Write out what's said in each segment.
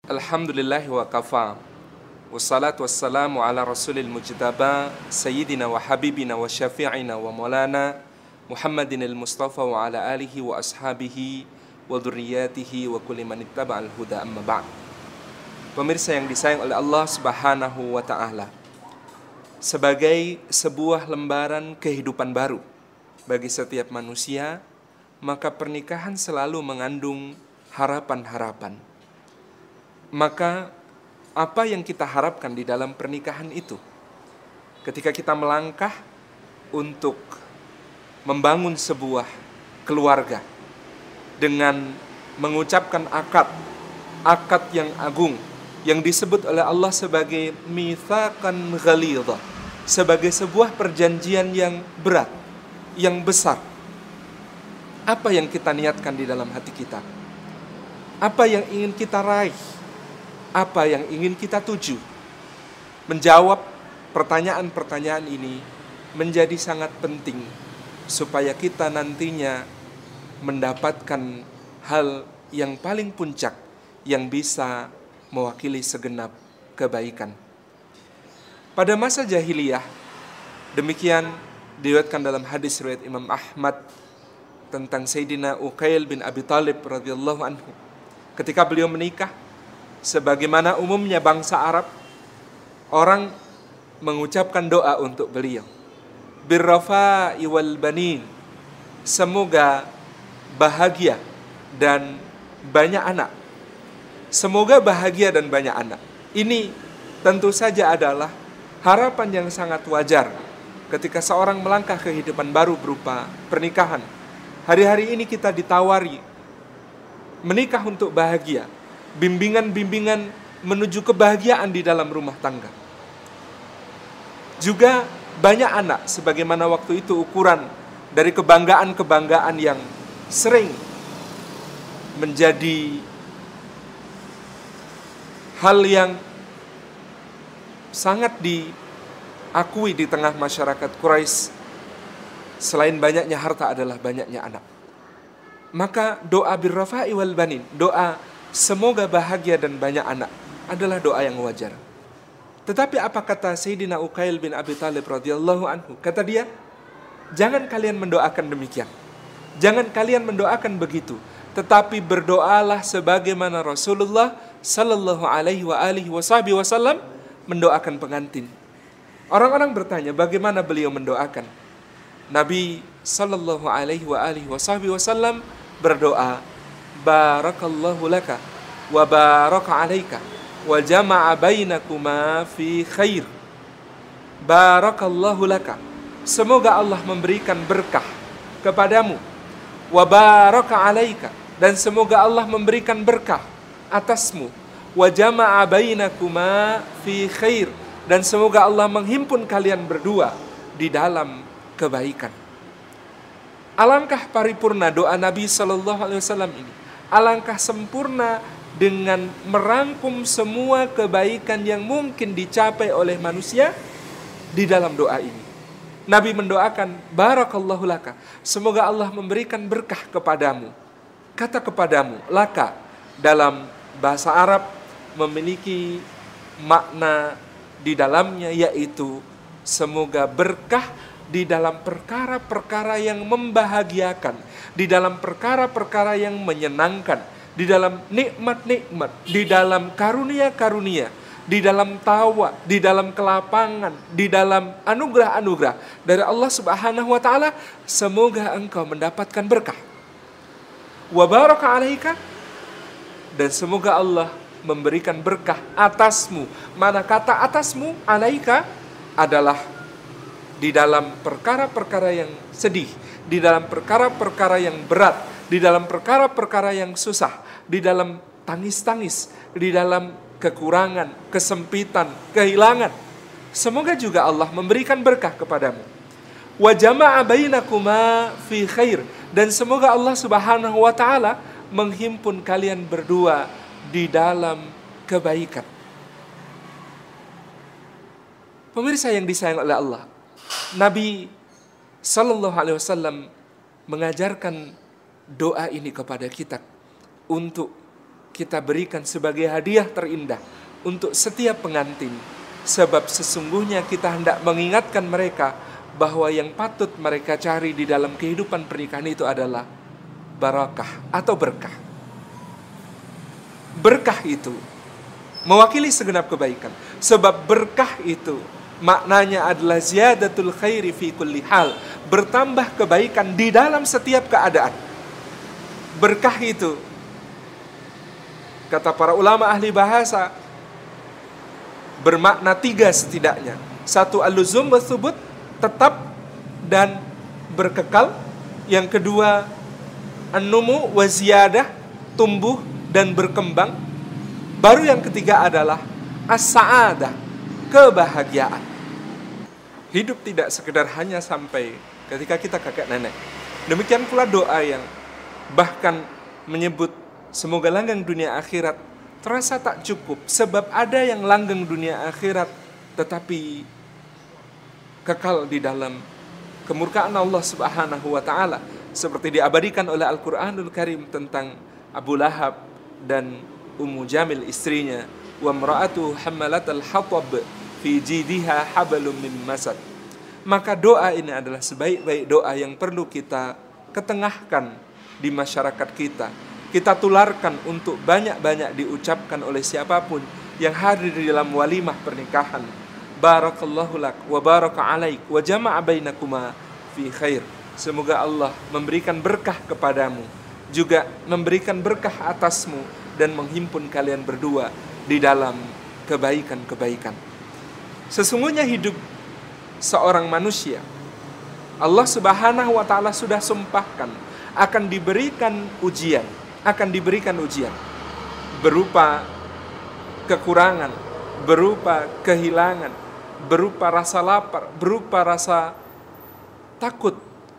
Alhamdulillahi wa kafa. Wassalatu wassalamu ala rasulil mujtaba Sayyidina wa habibina wa syafi'ina wa maulana Muhammadin al-Mustafa wa ala alihi wa ashabihi wa dhurriyyatihi wa kulli man ittaba'al huda amma ba'd. Pemirsa yang disayang oleh Allah Subhanahu wa ta'ala, sebagai sebuah lembaran kehidupan baru bagi setiap manusia, maka pernikahan selalu mengandung harapan-harapan. Maka apa yang kita harapkan di dalam pernikahan itu? Ketika kita melangkah untuk membangun sebuah keluarga dengan mengucapkan akad yang agung yang disebut oleh Allah sebagai mitsaqan ghalidha, sebagai sebuah perjanjian yang berat, yang besar. Apa yang kita niatkan di dalam hati kita? Apa yang ingin kita raih? Apa yang ingin kita tuju? Menjawab pertanyaan-pertanyaan ini menjadi sangat penting supaya kita nantinya mendapatkan hal yang paling puncak yang bisa mewakili segenap kebaikan. Pada masa jahiliyah, demikian diriwayatkan dalam hadis riwayat Imam Ahmad tentang Sayyidina Uqail bin Abi Thalib radhiyallahu anhu. Ketika beliau menikah, sebagaimana umumnya bangsa Arab, orang mengucapkan doa untuk beliau. Birrafa'i wal banin, semoga bahagia dan banyak anak. Semoga bahagia dan banyak anak. Ini tentu saja adalah harapan yang sangat wajar ketika seorang melangkah kehidupan baru berupa pernikahan. Hari-hari ini kita ditawari menikah untuk bahagia, bimbingan-bimbingan menuju kebahagiaan di dalam rumah tangga. Juga banyak anak, sebagaimana waktu itu ukuran dari kebanggaan-kebanggaan yang sering menjadi hal yang sangat diakui di tengah masyarakat Quraisy. Selain banyaknya harta adalah banyaknya anak. Maka doa birrafa'i wal banin, doa semoga bahagia dan banyak anak, adalah doa yang wajar. Tetapi apa kata Sayyidina Uqail bin Abi Thalib radhiyallahu anhu? Kata dia, jangan kalian mendoakan demikian. Jangan kalian mendoakan begitu. Tetapi berdoalah sebagaimana Rasulullah sallallahu alaihi wa alihi wasallam mendoakan pengantin. Orang-orang bertanya, bagaimana beliau mendoakan? Nabi sallallahu alaihi wa alihi wasallam berdoa, barakallahu laka wa baraka alaika wa jama'a bainakuma fi khair. Barakallahu laka, semoga Allah memberikan berkah kepadamu. Wa baraka alaika, dan semoga Allah memberikan berkah atasmu. Wa jama'a bainakuma fi khair, dan semoga Allah menghimpun kalian berdua di dalam kebaikan. Alangkah paripurna doa Nabi sallallahu alaihi wasallam ini. Alangkah sempurna dengan merangkum semua kebaikan yang mungkin dicapai oleh manusia di dalam doa ini. Nabi mendoakan, barakallahu laka, semoga Allah memberikan berkah kepadamu. Kata kepadamu, laka, dalam bahasa Arab memiliki makna di dalamnya, yaitu semoga berkah di dalam perkara-perkara yang membahagiakan, di dalam perkara-perkara yang menyenangkan, di dalam nikmat-nikmat, di dalam karunia-karunia, di dalam tawa, di dalam kelapangan, di dalam anugerah-anugerah dari Allah Subhanahu wa ta'ala. Semoga engkau mendapatkan berkah. Wa baraka alaika, dan semoga Allah memberikan berkah atasmu. Mana kata atasmu, alaika, adalah di dalam perkara-perkara yang sedih, di dalam perkara-perkara yang berat, di dalam perkara-perkara yang susah, di dalam tangis-tangis, di dalam kekurangan, kesempitan, kehilangan. Semoga juga Allah memberikan berkah kepadamu. Wa jama'a bainakuma fi khair, dan semoga Allah Subhanahu wa ta'ala menghimpun kalian berdua di dalam kebaikan. Pemirsa yang disayang oleh Allah, Nabi sallallahu alaihi wasallam mengajarkan doa ini kepada kita untuk kita berikan sebagai hadiah terindah untuk setiap pengantin. Sebab sesungguhnya kita hendak mengingatkan mereka bahwa yang patut mereka cari di dalam kehidupan pernikahan itu adalah barakah atau berkah. Berkah itu mewakili segenap kebaikan. Sebab berkah itu maknanya adalah ziyadatul khairi fi kulli hal, bertambah kebaikan di dalam setiap keadaan. Berkah itu, kata para ulama ahli bahasa, bermakna 3 setidaknya. 1, al-luzum wa thubut, tetap dan berkekal. Yang kedua, an-numu wa ziyadah, tumbuh dan berkembang. Baru yang ketiga adalah as-sa'adah, kebahagiaan. Hidup tidak sekedar hanya sampai ketika kita kakek nenek. Demikian pula doa yang bahkan menyebut semoga langgeng dunia akhirat terasa tak cukup. Sebab ada yang langgeng dunia akhirat tetapi kekal di dalam kemurkaan Allah Subhanahu wa ta'ala, seperti diabadikan oleh Al-Quranul Karim tentang Abu Lahab dan Ummu Jamil istrinya, wa mra'atu hammalatal hatab fi jidiha hablum min masad. Maka doa ini adalah sebaik-baik doa yang perlu kita ketengahkan di masyarakat kita. Kita tularkan untuk banyak-banyak diucapkan oleh siapapun yang hadir di dalam walimah pernikahan. Barakallahu lak wa baraka alaik wa jama'a bainakuma fi khair. Semoga Allah memberikan berkah kepadamu, juga memberikan berkah atasmu, dan menghimpun kalian berdua di dalam kebaikan-kebaikan. Sesungguhnya hidup seorang manusia, Allah Subhanahu wa ta'ala sudah sumpahkan akan diberikan ujian, berupa kekurangan, berupa kehilangan, berupa rasa lapar, berupa rasa takut.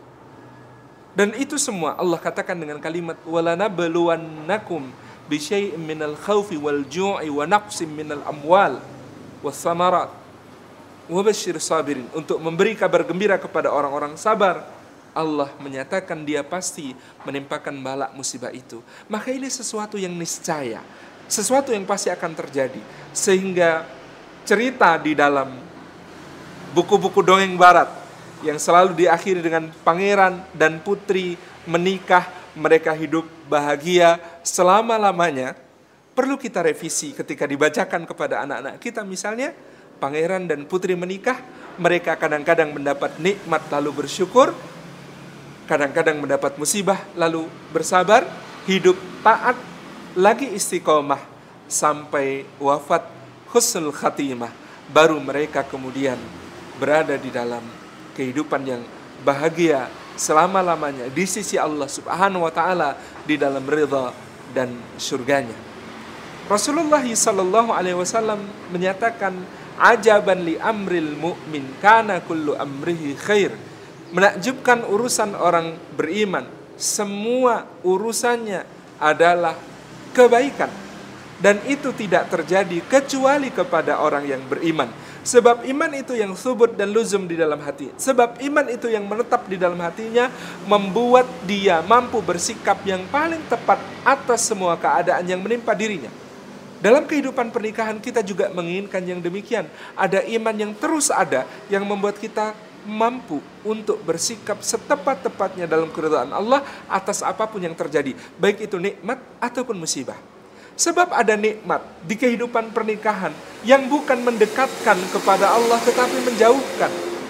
Dan itu semua Allah katakan dengan kalimat walanabluwannakum bisyai'in minal khaufi wal ju'i wa naqsim minal amwal was samarat wa basyir sabirin, untuk memberi kabar gembira kepada orang-orang sabar. Allah menyatakan Dia pasti menimpakan bala musibah itu. Maka ini sesuatu yang niscaya, sesuatu yang pasti akan terjadi. Sehingga cerita di dalam buku-buku dongeng barat yang selalu diakhiri dengan pangeran dan putri menikah, mereka hidup bahagia selama-lamanya, perlu kita revisi ketika dibacakan kepada anak-anak kita. Misalnya, pangeran dan putri menikah, mereka kadang-kadang mendapat nikmat lalu bersyukur, kadang-kadang mendapat musibah lalu bersabar, hidup taat, lagi istiqomah sampai wafat husnul khatimah. Baru mereka kemudian berada di dalam kehidupan yang bahagia selama-lamanya di sisi Allah Subhanahu wa ta'ala, di dalam ridha dan surganya. Rasulullah sallallahu alaihi wasallam menyatakan, ajaban li amril mu'min kana kullu amrihi khair. Menakjubkan urusan orang beriman, semua urusannya adalah kebaikan, dan itu tidak terjadi kecuali kepada orang yang beriman. Sebab iman itu yang subut dan luzum di dalam hati. Sebab iman itu yang menetap di dalam hatinya, membuat dia mampu bersikap yang paling tepat atas semua keadaan yang menimpa dirinya. Dalam kehidupan pernikahan kita juga menginginkan yang demikian. Ada iman yang terus ada, yang membuat kita mampu untuk bersikap setepat-tepatnya dalam keridhaan Allah atas apapun yang terjadi, baik itu nikmat ataupun musibah. Sebab ada nikmat di kehidupan pernikahan yang bukan mendekatkan kepada Allah tetapi menjauhkan.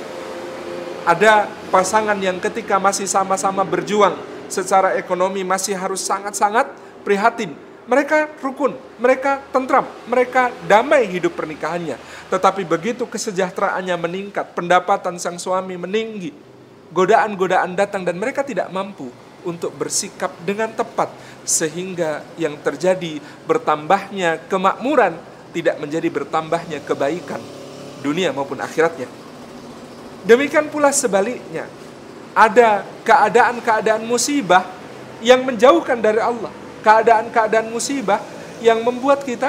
Ada pasangan yang ketika masih sama-sama berjuang secara ekonomi masih harus sangat-sangat prihatin. Mereka rukun, mereka tentram, mereka damai hidup pernikahannya. Tetapi begitu kesejahteraannya meningkat, pendapatan sang suami meninggi, godaan-godaan datang dan mereka tidak mampu untuk bersikap dengan tepat, sehingga yang terjadi bertambahnya kemakmuran tidak menjadi bertambahnya kebaikan dunia maupun akhiratnya. Demikian pula sebaliknya, ada keadaan-keadaan musibah yang menjauhkan dari Allah, keadaan-keadaan musibah yang membuat kita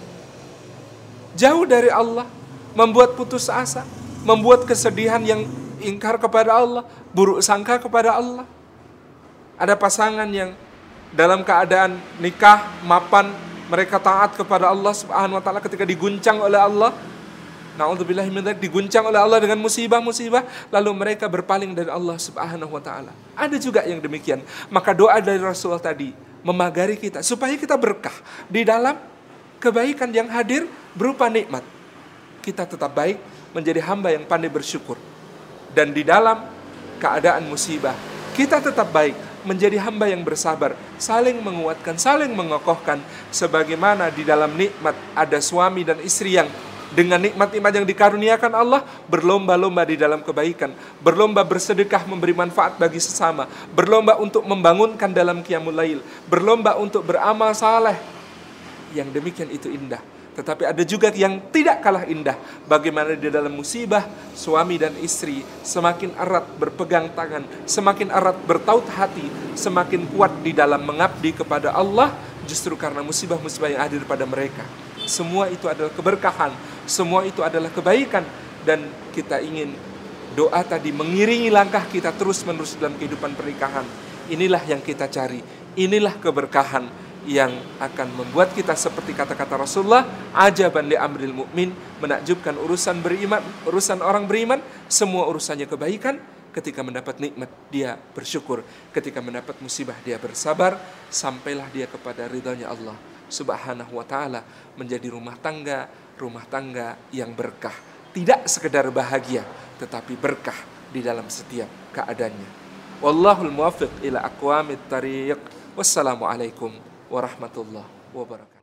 jauh dari Allah, membuat putus asa, membuat kesedihan yang ingkar kepada Allah, buruk sangka kepada Allah. Ada pasangan yang dalam keadaan nikah, mapan, Mereka taat kepada Allah Subhanahu wa taala ketika diguncang oleh Allah. Na'udzubillahi min dzalik, diguncang oleh Allah dengan musibah-musibah, lalu mereka berpaling dari Allah Subhanahu wa taala. Ada juga yang demikian. Maka doa dari Rasul tadi memagari kita supaya kita berkah di dalam kebaikan yang hadir berupa nikmat. Kita tetap baik, menjadi hamba yang pandai bersyukur. Dan di dalam keadaan musibah, kita tetap baik, menjadi hamba yang bersabar, saling menguatkan, saling mengokohkan. Sebagaimana di dalam nikmat ada suami dan istri yang dengan nikmat-nikmat yang dikaruniakan Allah berlomba-lomba di dalam kebaikan, berlomba bersedekah memberi manfaat bagi sesama, berlomba untuk membangunkan dalam qiyamul lail, berlomba untuk beramal saleh. Yang demikian itu indah. Tetapi ada juga yang tidak kalah indah. Bagaimana di dalam musibah, suami dan istri semakin erat berpegang tangan, semakin erat bertaut hati, semakin kuat di dalam mengabdi kepada Allah, justru karena musibah-musibah yang hadir pada mereka. Semua itu adalah keberkahan, semua itu adalah kebaikan. Dan kita ingin doa tadi mengiringi langkah kita terus-menerus dalam kehidupan pernikahan. Inilah yang kita cari, inilah keberkahan yang akan membuat kita seperti kata-kata Rasulullah, ajaban li amril mu'min, menakjubkan urusan beriman, urusan orang beriman, semua urusannya kebaikan. Ketika mendapat nikmat dia bersyukur, ketika mendapat musibah dia bersabar, sampailah dia kepada ridhanya Allah Subhanahu wa taala, menjadi rumah tangga yang berkah. Tidak sekedar bahagia, tetapi berkah di dalam setiap keadaannya. Wallahul muwaffiq ila aqwamit thariq. Wassalamualaikum warahmatullahi wabarakatuh.